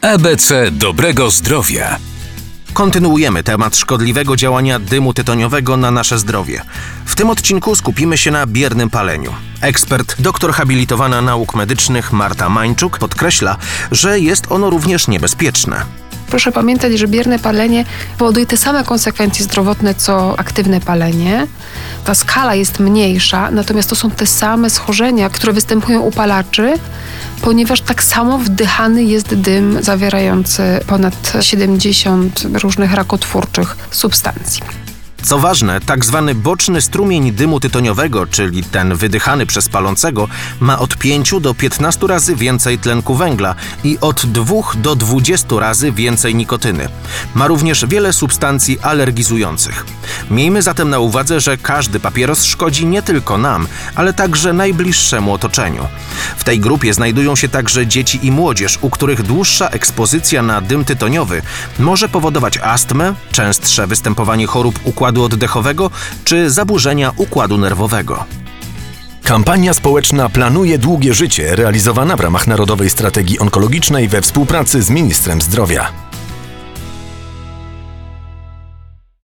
ABC dobrego zdrowia. Kontynuujemy temat szkodliwego działania dymu tytoniowego na nasze zdrowie. W tym odcinku skupimy się na biernym paleniu. Ekspert, doktor habilitowana nauk medycznych Marta Mańczuk podkreśla, że jest ono również niebezpieczne. Proszę pamiętać, że bierne palenie powoduje te same konsekwencje zdrowotne, co aktywne palenie. Ta skala jest mniejsza, natomiast to są te same schorzenia, które występują u palaczy, ponieważ tak samo wdychany jest dym zawierający ponad 70 różnych rakotwórczych substancji. Co ważne, tak zwany boczny strumień dymu tytoniowego, czyli ten wydychany przez palącego, ma od 5 do 15 razy więcej tlenku węgla i od 2 do 20 razy więcej nikotyny. Ma również wiele substancji alergizujących. Miejmy zatem na uwadze, że każdy papieros szkodzi nie tylko nam, ale także najbliższemu otoczeniu. W tej grupie znajdują się także dzieci i młodzież, u których dłuższa ekspozycja na dym tytoniowy może powodować astmę, częstsze występowanie chorób układu oddechowego czy zaburzenia układu nerwowego. Kampania społeczna Planuje długie życie, realizowana w ramach Narodowej Strategii Onkologicznej we współpracy z Ministrem Zdrowia.